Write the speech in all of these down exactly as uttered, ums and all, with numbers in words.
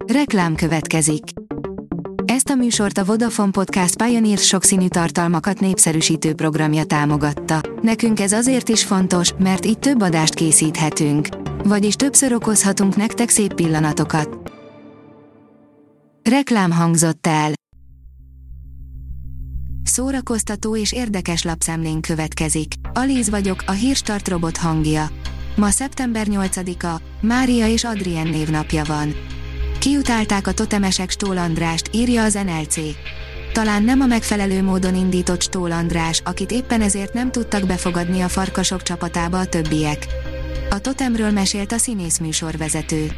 Reklám következik. Ezt a műsort a Vodafone Podcast Pioneer sokszínű tartalmakat népszerűsítő programja támogatta. Nekünk ez azért is fontos, mert így több adást készíthetünk. Vagyis többször okozhatunk nektek szép pillanatokat. Reklám hangzott el. Szórakoztató és érdekes lapszemlén következik. Alíz vagyok, a Hírstart robot hangja. Ma szeptember nyolcadika, Mária és Adrien névnapja van. Kiutálták a totemesek Stól Andrást, írja az en el cé. Talán nem a megfelelő módon indított Stól András, akit éppen ezért nem tudtak befogadni a farkasok csapatába a többiek. A totemről mesélt a színész műsorvezető.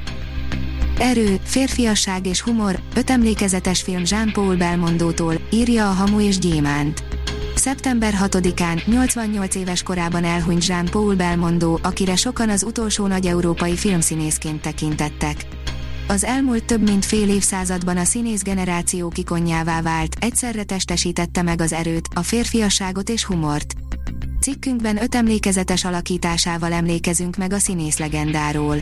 Erő, férfiasság és humor, öt emlékezetes film Jean-Paul Belmondótól, írja a Hamu és Gyémánt. szeptember hatodikán, nyolcvannyolc éves korában elhunyt Jean-Paul Belmondo, akire sokan az utolsó nagy európai filmszínészként tekintettek. Az elmúlt több mint fél évszázadban a színész generáció ikonjává vált, egyszerre testesítette meg az erőt, a férfiasságot és humort. Cikkünkben öt emlékezetes alakításával emlékezünk meg a színész legendáról.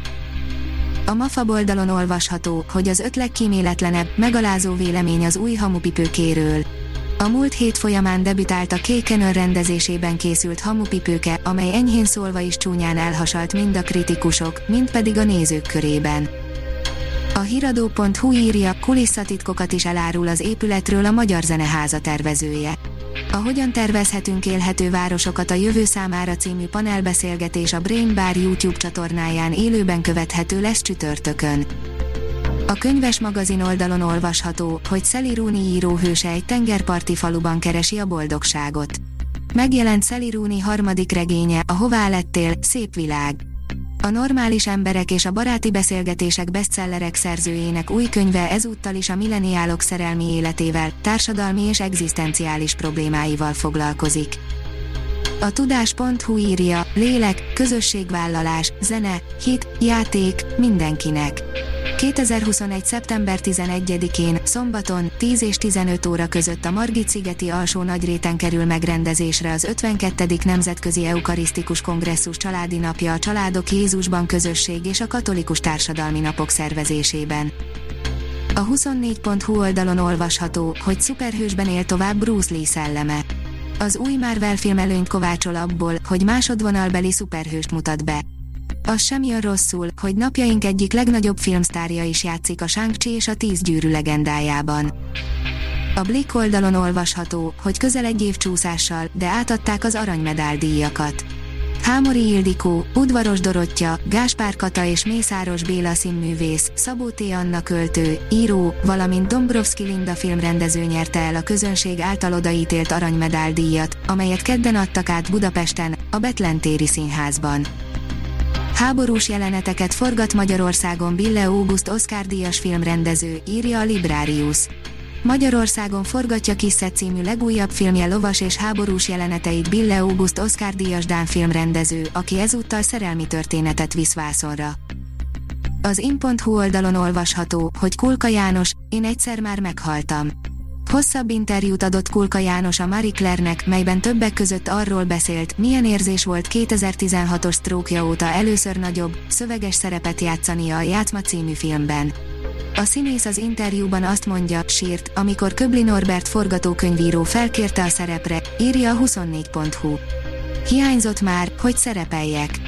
A Mafab oldalon olvasható, hogy az öt legkíméletlenebb, megalázó vélemény az új hamupipőkéről. A múlt hét folyamán debütált a Kay Cannon rendezésében készült hamupipőke, amely enyhén szólva is csúnyán elhasalt mind a kritikusok, mind pedig a nézők körében. A hiradó pont hu írja, kulisszatitkokat is elárul az épületről a Magyar Zeneháza tervezője. A Hogyan tervezhetünk élhető városokat a jövő számára című panelbeszélgetés a Brain Bar YouTube csatornáján élőben követhető lesz csütörtökön. A Könyves magazin oldalon olvasható, hogy Sally Rooney íróhőse egy tengerparti faluban keresi a boldogságot. Megjelent Sally Rooney harmadik regénye, a Hová lettél, szép világ. A Normális emberek és a baráti beszélgetések bestsellerek szerzőjének új könyve ezúttal is a milleniálok szerelmi életével, társadalmi és egzisztenciális problémáival foglalkozik. A tudás pont hu írja, lélek, közösségvállalás, zene, hit, játék, mindenkinek. kétezer-huszonegy. szeptember tizenegyedikén, szombaton, tíz és tizenöt óra között a Margit-szigeti Alsó-Nagyréten kerül megrendezésre az ötvenkettedik Nemzetközi Eukarisztikus Kongresszus Családi Napja a Családok Jézusban Közösség és a Katolikus Társadalmi Napok szervezésében. A huszonnégy pont hu oldalon olvasható, hogy szuperhősben él tovább Bruce Lee szelleme. Az új Marvel film előnyt kovácsol abból, hogy másodvonalbeli szuperhőst mutat be. Az sem jön rosszul, hogy napjaink egyik legnagyobb filmsztárja is játszik a Shang-Chi és a Tíz gyűrű legendájában. A Blick oldalon olvasható, hogy közel egy év csúszással, de átadták az aranymedál díjakat. Hámori Ildikó, Udvaros Dorottya, Gáspár Kata és Mészáros Béla színművész, Szabó T. Anna költő, író, valamint Dombrovszky Linda filmrendező nyerte el a közönség által odaítélt aranymedál díjat, amelyet kedden adtak át Budapesten, a Bethlen téri színházban. Háborús jeleneteket forgat Magyarországon Bille August Oscar-díjas filmrendező, írja a Librarius. Magyarországon forgatja Kisszet című legújabb filmje lovas és háborús jeleneteit Bille August Oscar-díjas dán filmrendező, aki ezúttal szerelmi történetet visz vászonra. Az in pont hu oldalon olvasható, hogy Kulka János, én egyszer már meghaltam. Hosszabb interjút adott Kulka János a Marie Claire-nek, melyben többek között arról beszélt, milyen érzés volt kétezer-tizenhatos sztrókja óta először nagyobb, szöveges szerepet játszania a Játszma című filmben. A színész az interjúban azt mondja, sírt, amikor Köbli Norbert forgatókönyvíró felkérte a szerepre, írja a huszonnégy pont hu. Hiányzott már, hogy szerepeljek.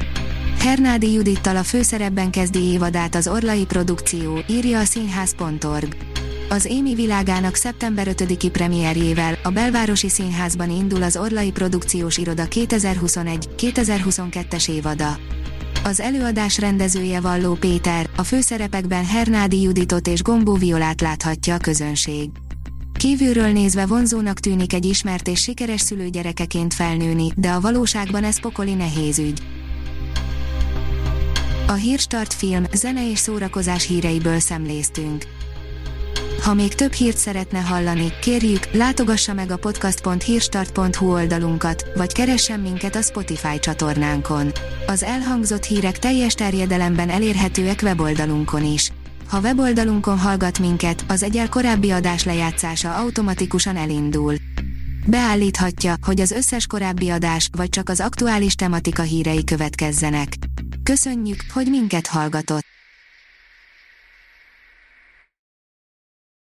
Hernádi Judittal a főszerepben kezdi évadát az Orlai produkció, írja a színház pont org. Az Émi világának szeptember ötödiki premierjével a Belvárosi Színházban indul az Orlai Produkciós Iroda kétezer-huszonegy kétezer-huszonkettes évada. Az előadás rendezője Valló Péter, a főszerepekben Hernádi Juditot és Gombó Violát láthatja a közönség. Kívülről nézve vonzónak tűnik egy ismert és sikeres szülőgyerekeként felnőni, de a valóságban ez pokoli nehéz ügy. A Hírstart film, zene és szórakozás híreiből szemléztünk. Ha még több hírt szeretne hallani, kérjük, látogassa meg a podcast pont hírstart pont hu oldalunkat, vagy keressen minket a Spotify csatornánkon. Az elhangzott hírek teljes terjedelemben elérhetőek weboldalunkon is. Ha weboldalunkon hallgat minket, az egyel korábbi adás lejátszása automatikusan elindul. Beállíthatja, hogy az összes korábbi adás, vagy csak az aktuális tematika hírei következzenek. Köszönjük, hogy minket hallgatott!